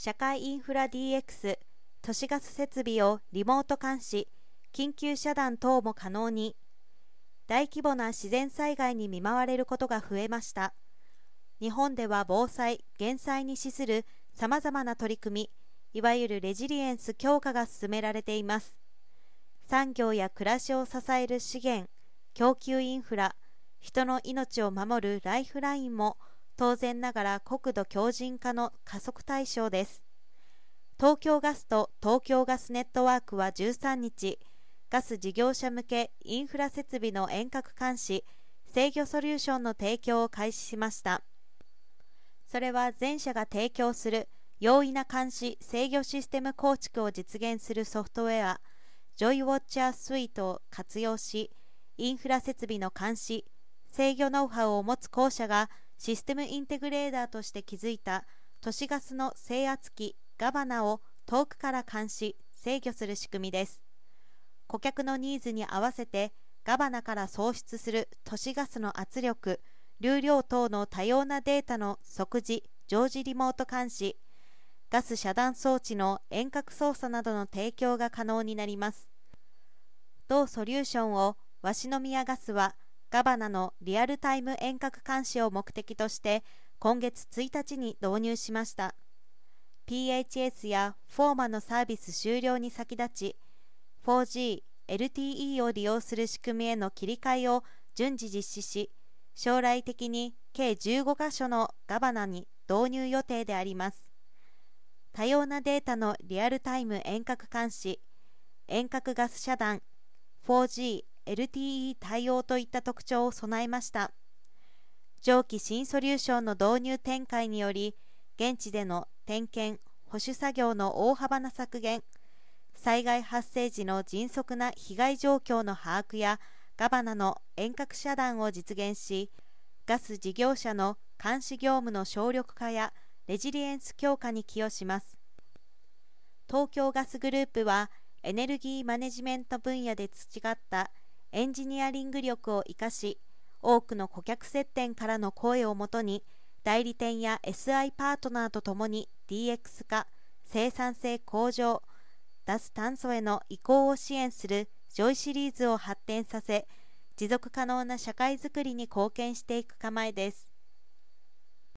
社会インフラ DX、都市ガス設備をリモート監視、緊急遮断等も可能に。大規模な自然災害に見舞われることが増えました。日本では防災・減災に資するさまざまな取り組み、いわゆるレジリエンス強化が進められています。産業や暮らしを支える資源、供給インフラ、人の命を守るライフラインも当然ながら国土強靭化の加速対象です。東京ガスと東京ガスネットワークは13日、ガス事業者向けインフラ設備の遠隔監視・制御ソリューションの提供を開始しました。それは全社が提供する容易な監視・制御システム構築を実現するソフトウェア、ジョイウォッチャースイートを活用し、インフラ設備の監視・制御ノウハウを持つ公社がシステムインテグレーターとして築いた都市ガスの制圧機ガバナを遠くから監視・制御する仕組みです。顧客のニーズに合わせてガバナから送出する都市ガスの圧力・流量等の多様なデータの即時・常時リモート監視、ガス遮断装置の遠隔操作などの提供が可能になります。同ソリューションを鷲宮ガスはガバナのリアルタイム遠隔監視を目的として今月1日に導入しました。PHS やフォーマのサービス終了に先立ち、4G、LTE を利用する仕組みへの切り替えを順次実施し、将来的に計15カ所のガバナに導入予定であります。多様なデータのリアルタイム遠隔監視、遠隔ガス遮断、4G、LTE 対応といった特徴を備えました。上記新ソリューションの導入展開により、現地での点検・保守作業の大幅な削減、災害発生時の迅速な被害状況の把握やガバナの遠隔遮断を実現し、ガス事業者の監視業務の省力化やレジリエンス強化に寄与します。東京ガスグループはエネルギーマネジメント分野で培ったエンジニアリング力を生かし、多くの顧客接点からの声をもとに代理店や SI パートナーとともに DX 化、生産性向上、脱炭素への移行を支援するジョイシリーズを発展させ、持続可能な社会づくりに貢献していく構えです。